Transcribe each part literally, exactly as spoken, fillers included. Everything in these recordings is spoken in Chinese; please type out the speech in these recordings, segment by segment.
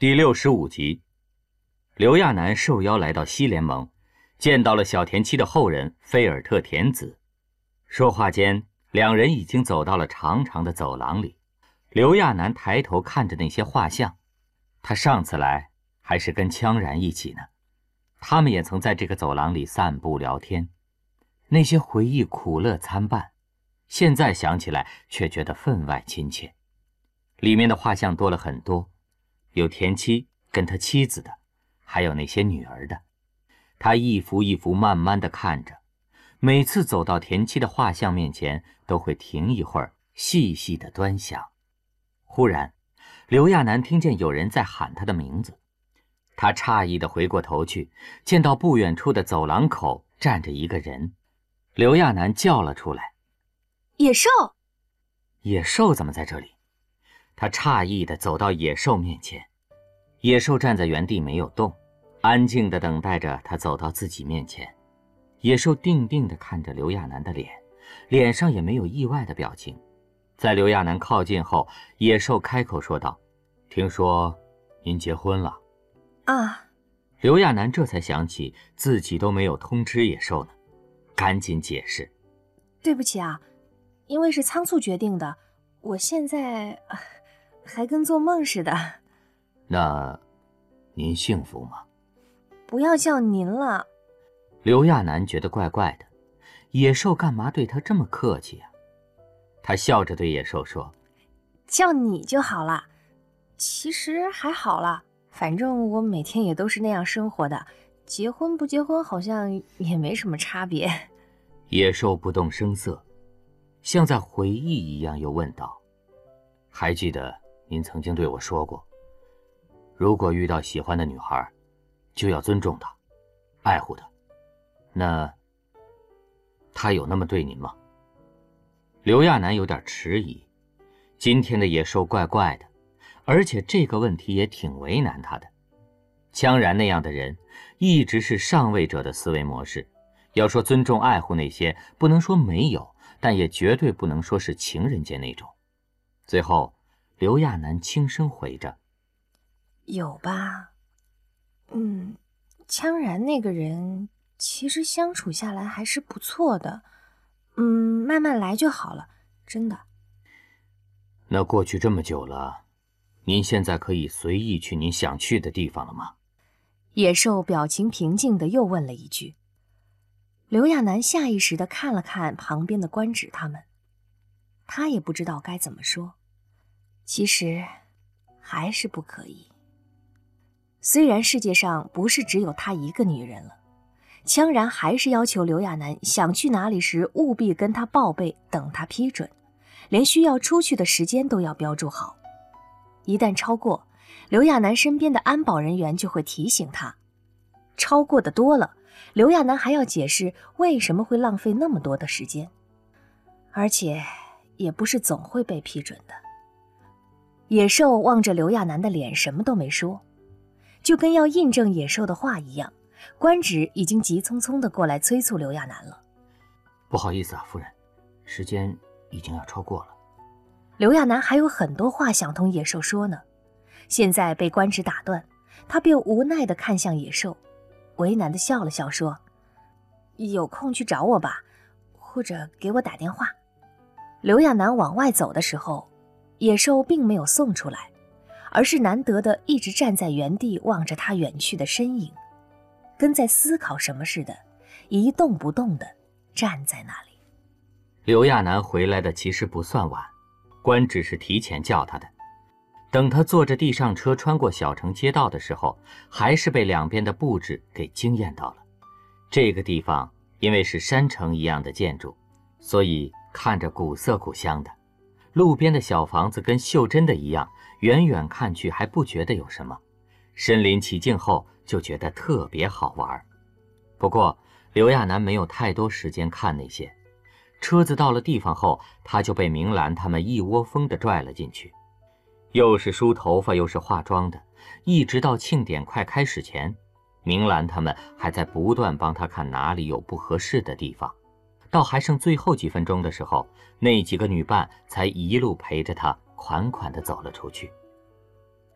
第六十五集，刘亚男受邀来到西联盟，见到了小田七的后人菲尔特田子。说话间，两人已经走到了长长的走廊里。刘亚男抬头看着那些画像，他上次来还是跟羌然一起呢，他们也曾在这个走廊里散步聊天，那些回忆苦乐参半，现在想起来却觉得分外亲切。里面的画像多了很多，有田七跟他妻子的，还有那些女儿的。他一幅一幅慢慢地看着，每次走到田七的画像面前，都会停一会儿，细细地端详。忽然，刘亚男听见有人在喊他的名字，他诧异地回过头去，见到不远处的走廊口站着一个人。刘亚男叫了出来：“ 野兽！” 野兽怎么在这里？他诧异地走到野兽面前，野兽站在原地没有动，安静地等待着他走到自己面前。野兽定定地看着刘亚男的脸，脸上也没有意外的表情。在刘亚男靠近后，野兽开口说道：“听说您结婚了。” 啊！ 刘亚男这才想起自己都没有通知野兽呢，赶紧解释：“ 对不起啊，因为是仓促决定的，我现在还跟做梦似的。”“ 那您幸福吗？”“ 不要叫您了。” 刘亚男觉得怪怪的，野兽干嘛对他这么客气啊？他笑着对野兽说：“ 叫你就好了，其实还好啦，反正我每天也都是那样生活的，结婚不结婚好像也没什么差别。” 野兽不动声色，像在回忆一样，又问道：“还记得您曾经对我说过，如果遇到喜欢的女孩，就要尊重她，爱护她。那她有那么对您吗？”刘亚男有点迟疑，今天的野兽怪怪的，而且这个问题也挺为难他的。羌然那样的人一直是上位者的思维模式，要说尊重爱护那些，不能说没有，但也绝对不能说是情人节那种。最后刘亚男轻声回着：“ 有吧。嗯，羌然那个人其实相处下来还是不错的，嗯，慢慢来就好了，真的。”“ 那过去这么久了，您现在可以随意去您想去的地方了吗？” 野兽表情平静地又问了一句。刘亚男下意识地看了看旁边的官职他们，他也不知道该怎么说。其实还是不可以。虽然世界上不是只有他一个女人了，羌然还是要求刘亚男想去哪里时务必跟他报备，等他批准，连需要出去的时间都要标注好。一旦超过，刘亚男身边的安保人员就会提醒他。超过的多了，刘亚男还要解释为什么会浪费那么多的时间，而且也不是总会被批准的。野兽望着刘亚男的脸，什么都没说，就跟要印证野兽的话一样。官职已经急匆匆地过来催促刘亚男了。 “不好意思啊，夫人，时间已经要超过了。” 刘亚男还有很多话想同野兽说呢，现在被官职打断，他便无奈地看向野兽，为难地笑了笑说：“有空去找我吧，或者给我打电话。”刘亚男往外走的时候，野兽并没有送出来，而是难得地一直站在原地望着他远去的身影，跟在思考什么似的，一动不动地站在那里。 刘亚男回来的其实不算晚，官只是提前叫他的。等他坐着地上车穿过小城街道的时候，还是被两边的布置给惊艳到了。这个地方因为是山城一样的建筑，所以看着古色古香的。路边的小房子跟袖珍的一样，远远看去还不觉得有什么，身临其境后就觉得特别好玩。不过刘亚男没有太多时间看那些，车子到了地方后，他就被明兰他们一窝蜂地拽了进去，又是梳头发又是化妆的，一直到庆典快开始前，明兰他们还在不断帮他看哪里有不合适的地方。到还剩最后几分钟的时候，那几个女伴才一路陪着他款款地走了出去。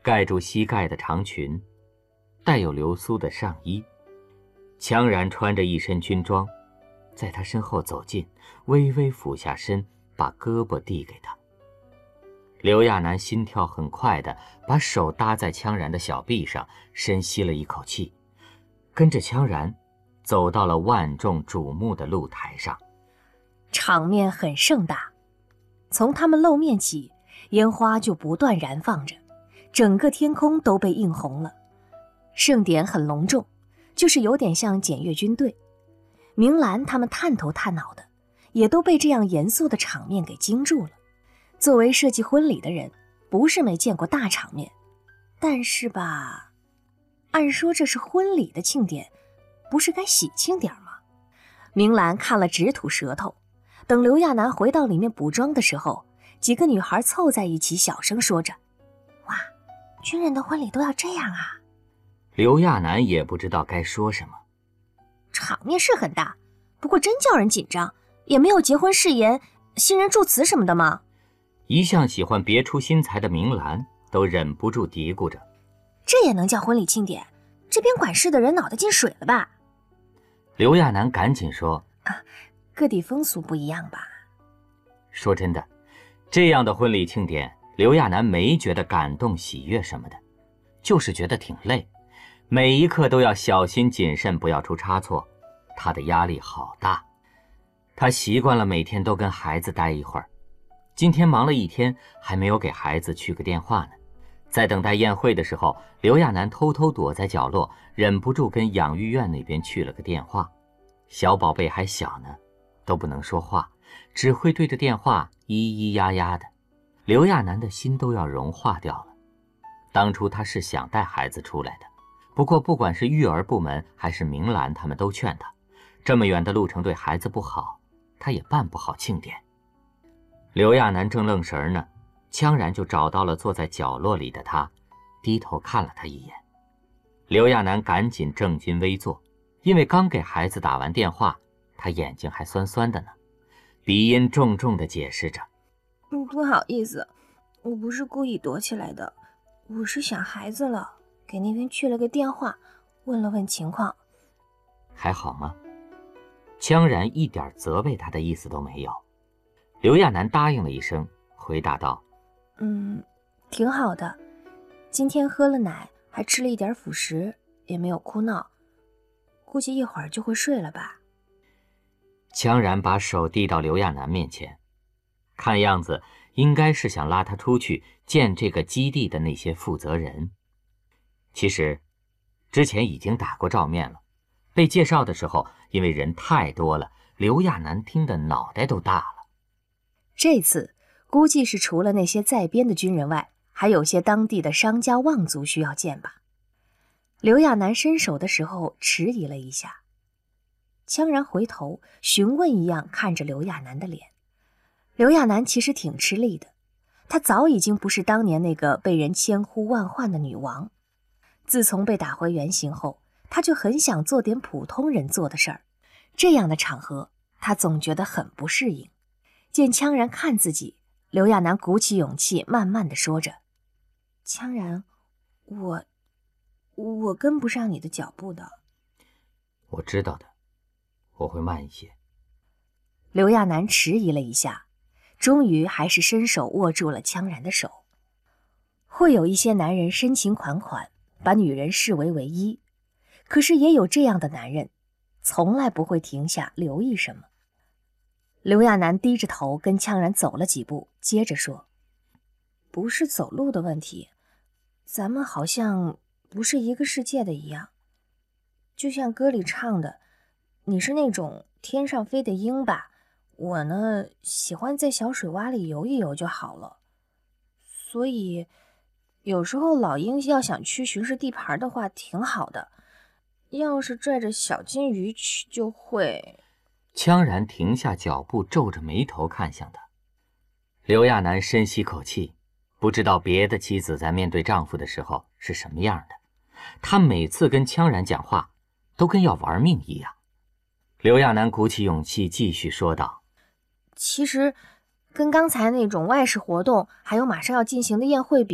盖住膝盖的长裙，带有流苏的上衣。羌然穿着一身军装，在他身后走近，微微俯下身，把胳膊递给他。刘亚楠心跳很快地把手搭在羌然的小臂上，深吸了一口气，跟着羌然走到了万众瞩目的露台上。 场面很盛大，从他们露面起，烟花就不断燃放着，整个天空都被映红了。盛典很隆重，就是有点像检阅军队。明兰他们探头探脑的，也都被这样严肃的场面给惊住了。作为设计婚礼的人，不是没见过大场面，但是吧，按说这是婚礼的庆典，不是该喜庆点吗？明兰看了直吐舌头。等刘亚楠回到里面补妆的时候，几个女孩凑在一起小声说着：“哇，军人的婚礼都要这样啊！” 刘亚楠也不知道该说什么。 场面是很大，不过真叫人紧张，也没有结婚誓言、新人祝词什么的吗？ 一向喜欢别出心裁的明兰都忍不住嘀咕着：“ 这也能叫婚礼庆典？这边管事的人脑袋进水了吧？” 刘亚楠赶紧说：“ 啊，各地风俗不一样吧？” 说真的，这样的婚礼庆典，刘亚楠没觉得感动喜悦什么的，就是觉得挺累，每一刻都要小心谨慎，不要出差错，他的压力好大。他习惯了每天都跟孩子待一会儿，今天忙了一天，还没有给孩子去个电话呢。在等待宴会的时候，刘亚楠偷偷躲在角落，忍不住跟养育院那边去了个电话。小宝贝还小呢，都不能说话，只会对着电话咿咿呀呀的。刘亚楠的心都要融化掉了。当初他是想带孩子出来的，不过不管是育儿部门还是明兰，他们都劝他，这么远的路程对孩子不好，他也办不好庆典。刘亚楠正愣神呢，羌然就找到了坐在角落里的他，低头看了他一眼。刘亚楠赶紧正襟危坐，因为刚给孩子打完电话，他眼睛还酸酸的呢，鼻音重重地解释着：“ 嗯，不好意思，我不是故意躲起来的，我是想孩子了，给那边去了个电话，问了问情况。” 还好吗？羌然一点责备他的意思都没有。刘亚楠答应了一声，回答道：“ 嗯，挺好的，今天喝了奶，还吃了一点辅食，也没有哭闹，估计一会儿就会睡了吧。” 羌然把手递到刘亚楠面前，看样子应该是想拉他出去见这个基地的那些负责人。其实之前已经打过照面了，被介绍的时候因为人太多了，刘亚楠听得脑袋都大了。 这次估计是除了那些在编的军人外，还有些当地的商家望族需要见吧。刘亚楠伸手的时候迟疑了一下，羌然回头询问一样看着刘亚楠的脸。刘亚楠其实挺吃力的，她早已经不是当年那个被人千呼万唤的女王。自从被打回原形后，她就很想做点普通人做的事儿，这样的场合她总觉得很不适应。见羌然看自己，刘亚楠鼓起勇气慢慢地说着：“ 羌然，我我跟不上你的脚步的。”“ 我知道的，我会慢一些。” 刘亚楠迟疑了一下，终于还是伸手握住了羌然的手。会有一些男人深情款款，把女人视为唯一，可是也有这样的男人，从来不会停下留意什么。刘亚楠低着头跟羌然走了几步，接着说：“ 不是走路的问题，咱们好像不是一个世界的一样。就像歌里唱的，你是那种天上飞的鹰吧，我呢喜欢在小水洼里游一游就好了。所以有时候老鹰要想去巡视地盘的话挺好的，要是拽着小金鱼去就会……” 羌然停下脚步，皱着眉头看向他。刘亚楠深吸口气，不知道别的妻子在面对丈夫的时候是什么样的。她每次跟羌然讲话，都跟要玩命一样。刘亚楠鼓起勇气继续说道：“ 其实，跟刚才那种外事活动，还有马上要进行的宴会比，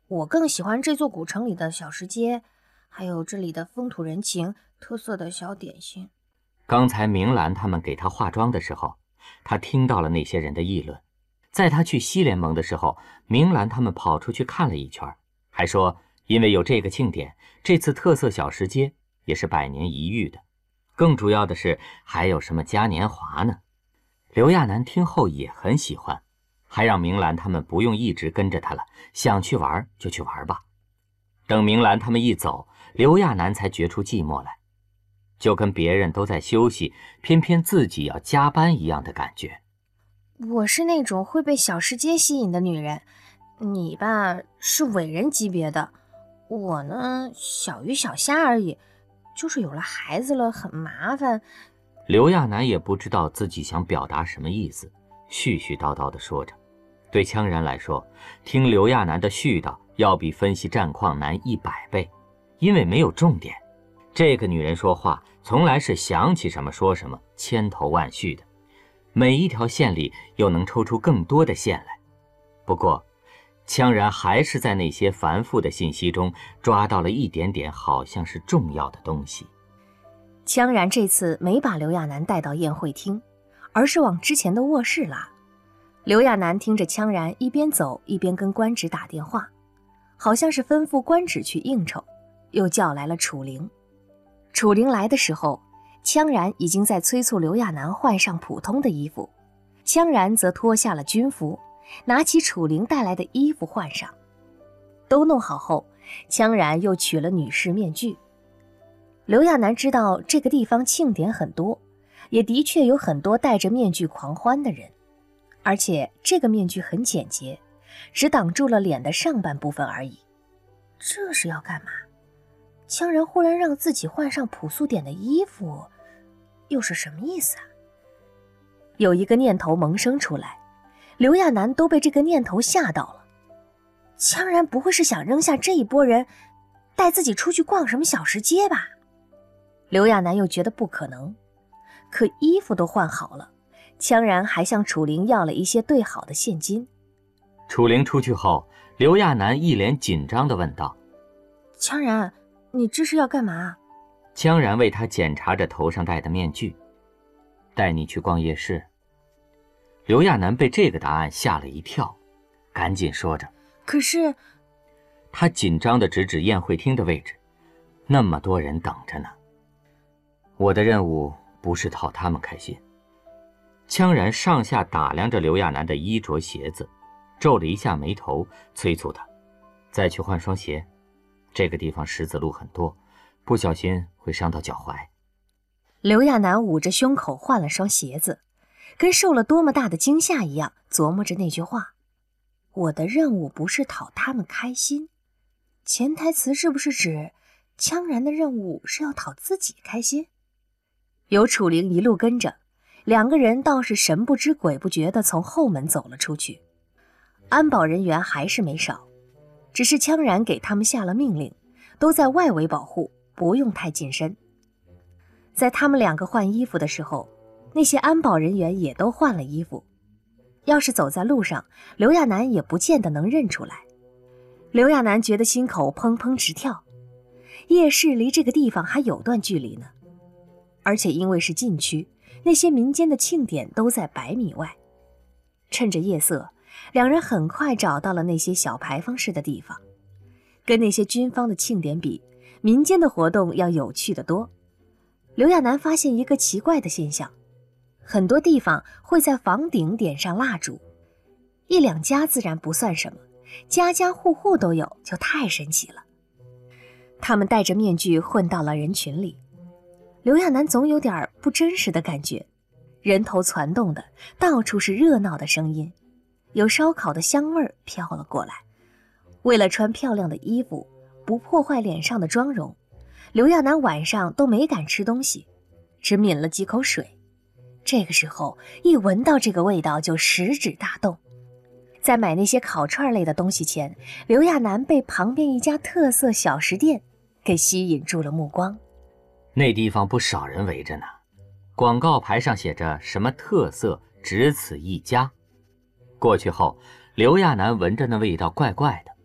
我更喜欢这座古城里的小食街，还有这里的风土人情、特色的小点心。 刚才明兰他们给他化妆的时候，他听到了那些人的议论。在他去西联盟的时候，明兰他们跑出去看了一圈，还说因为有这个庆典，这次特色小食街也是百年一遇的。更主要的是，还有什么嘉年华呢？刘亚楠听后也很喜欢，还让明兰他们不用一直跟着他了，想去玩就去玩吧。等明兰他们一走，刘亚楠才觉出寂寞来，就跟别人都在休息，偏偏自己要加班一样的感觉。 我是那种会被小世界吸引的女人，你吧是伟人级别的，我呢小鱼小虾而已，就是有了孩子了很麻烦。 刘亚楠也不知道自己想表达什么意思，絮絮叨叨地说着。对羌然来说，听刘亚楠的絮叨要比分析战况难一百倍，因为没有重点。这个女人说话从来是想起什么说什么，千头万绪的，每一条线里又能抽出更多的线来。不过羌然还是在那些繁复的信息中抓到了一点点好像是重要的东西。 羌然这次没把刘亚楠带到宴会厅，而是往之前的卧室拉。刘亚楠听着羌然一边走一边跟官职打电话，好像是吩咐官职去应酬，又叫来了楚灵。楚灵来的时候，羌然已经在催促刘亚楠换上普通的衣服，羌然则脱下了军服，拿起楚灵带来的衣服换上。都弄好后，羌然又取了女士面具。刘亚楠知道这个地方庆典很多，也的确有很多戴着面具狂欢的人，而且这个面具很简洁，只挡住了脸的上半部分而已。这是要干嘛？羌然忽然让自己换上朴素点的衣服，又是什么意思啊？有一个念头萌生出来，刘亚楠都被这个念头吓到了。羌然不会是想扔下这一拨人，带自己出去逛什么小食街吧？刘亚楠又觉得不可能，可衣服都换好了，羌然还向楚灵要了一些兑好的现金。 楚灵出去后，刘亚楠一脸紧张地问道： 羌然，你这是要干嘛？ 羌然为他检查着头上戴的面具。带你去逛夜市。刘亚楠被这个答案吓了一跳，赶紧说着。 可是…… 他紧张地指指宴会厅的位置，那么多人等着呢。我的任务不是讨他们开心。羌然上下打量着刘亚楠的衣着鞋子，皱了一下眉头，催促他再去换双鞋，这个地方石子路很多，不小心会伤到脚踝。 刘亚楠捂着胸口换了双鞋子，跟受了多么大的惊吓一样，琢磨着那句话：我的任务不是讨他们开心。潜台词是不是指羌然的任务是要讨自己开心？有楚灵一路跟着，两个人倒是神不知鬼不觉地从后门走了出去。安保人员还是没少，只是羌然给他们下了命令，都在外围保护，不用太近身。在他们两个换衣服的时候，那些安保人员也都换了衣服。要是走在路上，刘亚楠也不见得能认出来。刘亚楠觉得心口砰砰直跳，夜市离这个地方还有段距离呢，而且因为是禁区，那些民间的庆典都在百米外。趁着夜色，两人很快找到了那些小牌坊式的地方。跟那些军方的庆典比，民间的活动要有趣得多。刘亚楠发现一个奇怪的现象，很多地方会在房顶点上蜡烛，一两家自然不算什么，家家户户都有，就太神奇了。他们戴着面具混到了人群里，刘亚楠总有点不真实的感觉，人头攒动的，到处是热闹的声音，有烧烤的香味儿飘了过来。为了穿漂亮的衣服，不破坏脸上的妆容，刘亚楠晚上都没敢吃东西，只抿了几口水。这个时候一闻到这个味道就食指大动。在买那些烤串类的东西前，刘亚楠被旁边一家特色小食店给吸引住了目光。 那地方不少人围着呢，广告牌上写着什么特色只此一家。过去后，刘亚楠闻着那味道怪怪的，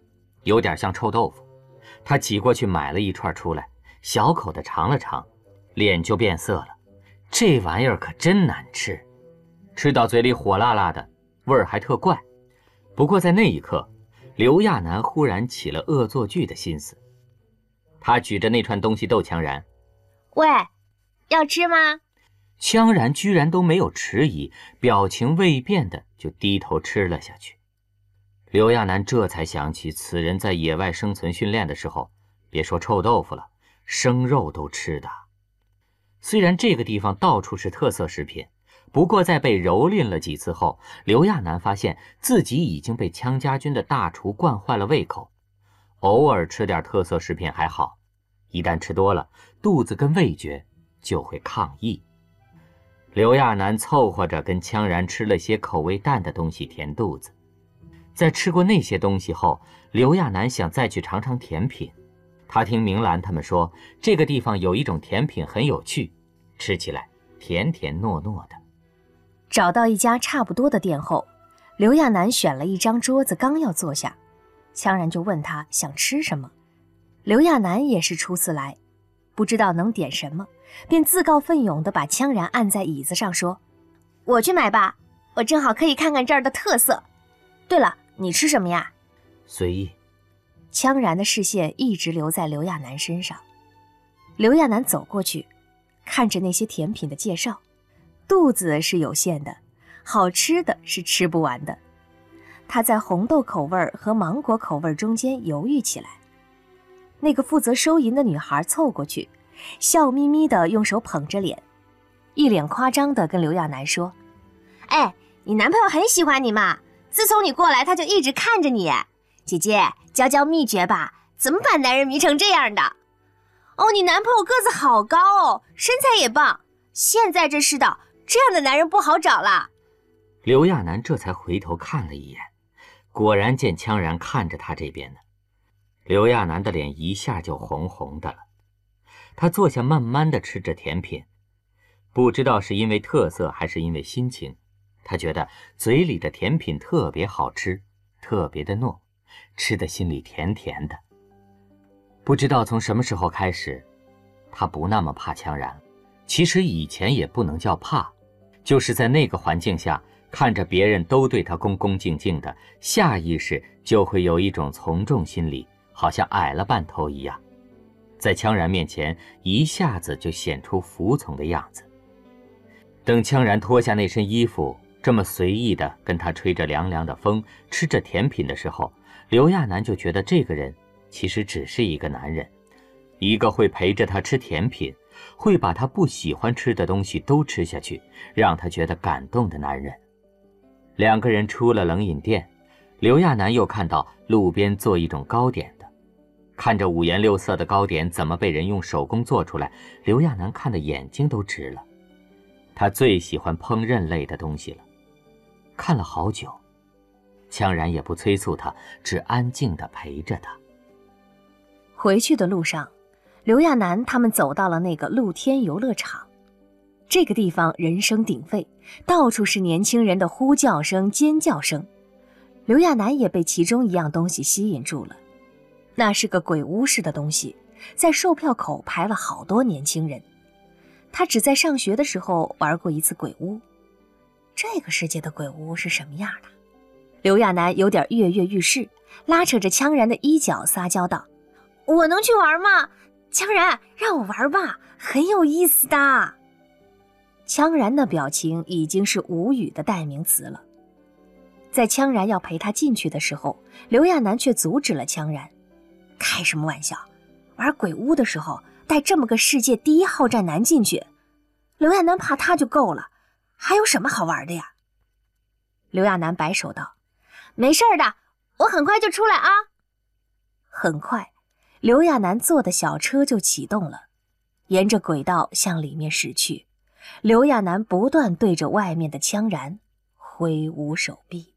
有点像臭豆腐。他挤过去买了一串出来，小口的尝了尝，脸就变色了。这玩意儿可真难吃，吃到嘴里火辣辣的，味儿还特怪。不过在那一刻，刘亚楠忽然起了恶作剧的心思。他举着那串东西逗羌然： 喂，要吃吗？ 羌然居然都没有迟疑，表情未变的就低头吃了下去。刘亚楠这才想起此人在野外生存训练的时候，别说臭豆腐了，生肉都吃的。虽然这个地方到处是特色食品，不过在被蹂躏了几次后，刘亚楠发现自己已经被羌家军的大厨惯坏了胃口。偶尔吃点特色食品还好，一旦吃多了，肚子跟味觉就会抗议。刘亚楠凑合着跟羌然吃了些口味淡的东西填肚子。在吃过那些东西后，刘亚楠想再去尝尝甜品。他听明兰他们说，这个地方有一种甜品很有趣，吃起来甜甜糯糯的。 找到一家差不多的店后，刘亚楠选了一张桌子，刚要坐下，羌然就问他想吃什么。刘亚楠也是初次来，不知道能点什么，便自告奋勇地把羌然按在椅子上说：我去买吧，我正好可以看看这儿的特色。对了，你吃什么呀？ 随意。 羌然的视线一直留在刘亚楠身上。刘亚楠走过去，看着那些甜品的介绍，肚子是有限的，好吃的是吃不完的。他在红豆口味和芒果口味中间犹豫起来。那个负责收银的女孩凑过去，笑眯眯地用手捧着脸，一脸夸张地跟刘亚楠说：哎，你男朋友很喜欢你嘛，自从你过来他就一直看着你。姐姐，教教秘诀吧，怎么把男人迷成这样的？哦，你男朋友个子好高哦，身材也棒，现在这世道，这样的男人不好找了。 刘亚楠这才回头看了一眼，果然见羌然看着他这边呢。刘亚楠的脸一下就红红的了。他坐下慢慢地吃着甜品，不知道是因为特色还是因为心情，他觉得嘴里的甜品特别好吃，特别的糯，吃得心里甜甜的。不知道从什么时候开始，他不那么怕羌然。其实以前也不能叫怕，就是在那个环境下，看着别人都对他恭恭敬敬的，下意识就会有一种从众心理，好像矮了半头一样，在羌然面前一下子就显出服从的样子。等羌然脱下那身衣服，这么随意的跟他吹着凉凉的风，吃着甜品的时候，刘亚楠就觉得这个人其实只是一个男人，一个会陪着他吃甜品，会把他不喜欢吃的东西都吃下去，让他觉得感动的男人。两个人出了冷饮店，刘亚楠又看到路边做一种糕点的，看着五颜六色的糕点怎么被人用手工做出来，刘亚楠看得眼睛都直了。他最喜欢烹饪类的东西了。看了好久，羌然也不催促他，只安静地陪着他。 回去的路上，刘亚楠他们走到了那个露天游乐场。这个地方人声鼎沸，到处是年轻人的呼叫声、尖叫声。刘亚楠也被其中一样东西吸引住了，那是个鬼屋似的东西，在售票口排了好多年轻人。他只在上学的时候玩过一次鬼屋。这个世界的鬼屋是什么样的？刘亚楠有点跃跃欲试，拉扯着羌然的衣角撒娇道：我能去玩吗？羌然，让我玩吧，很有意思的。羌然的表情已经是无语的代名词了。在羌然要陪他进去的时候，刘亚楠却阻止了羌然。开什么玩笑，玩鬼屋的时候带这么个世界第一好战男进去，刘亚楠怕他就够了，还有什么好玩的呀？刘亚楠摆手道：没事的，我很快就出来啊。很快，刘亚楠坐的小车就启动了，沿着轨道向里面驶去。刘亚楠不断对着外面的羌然挥舞手臂。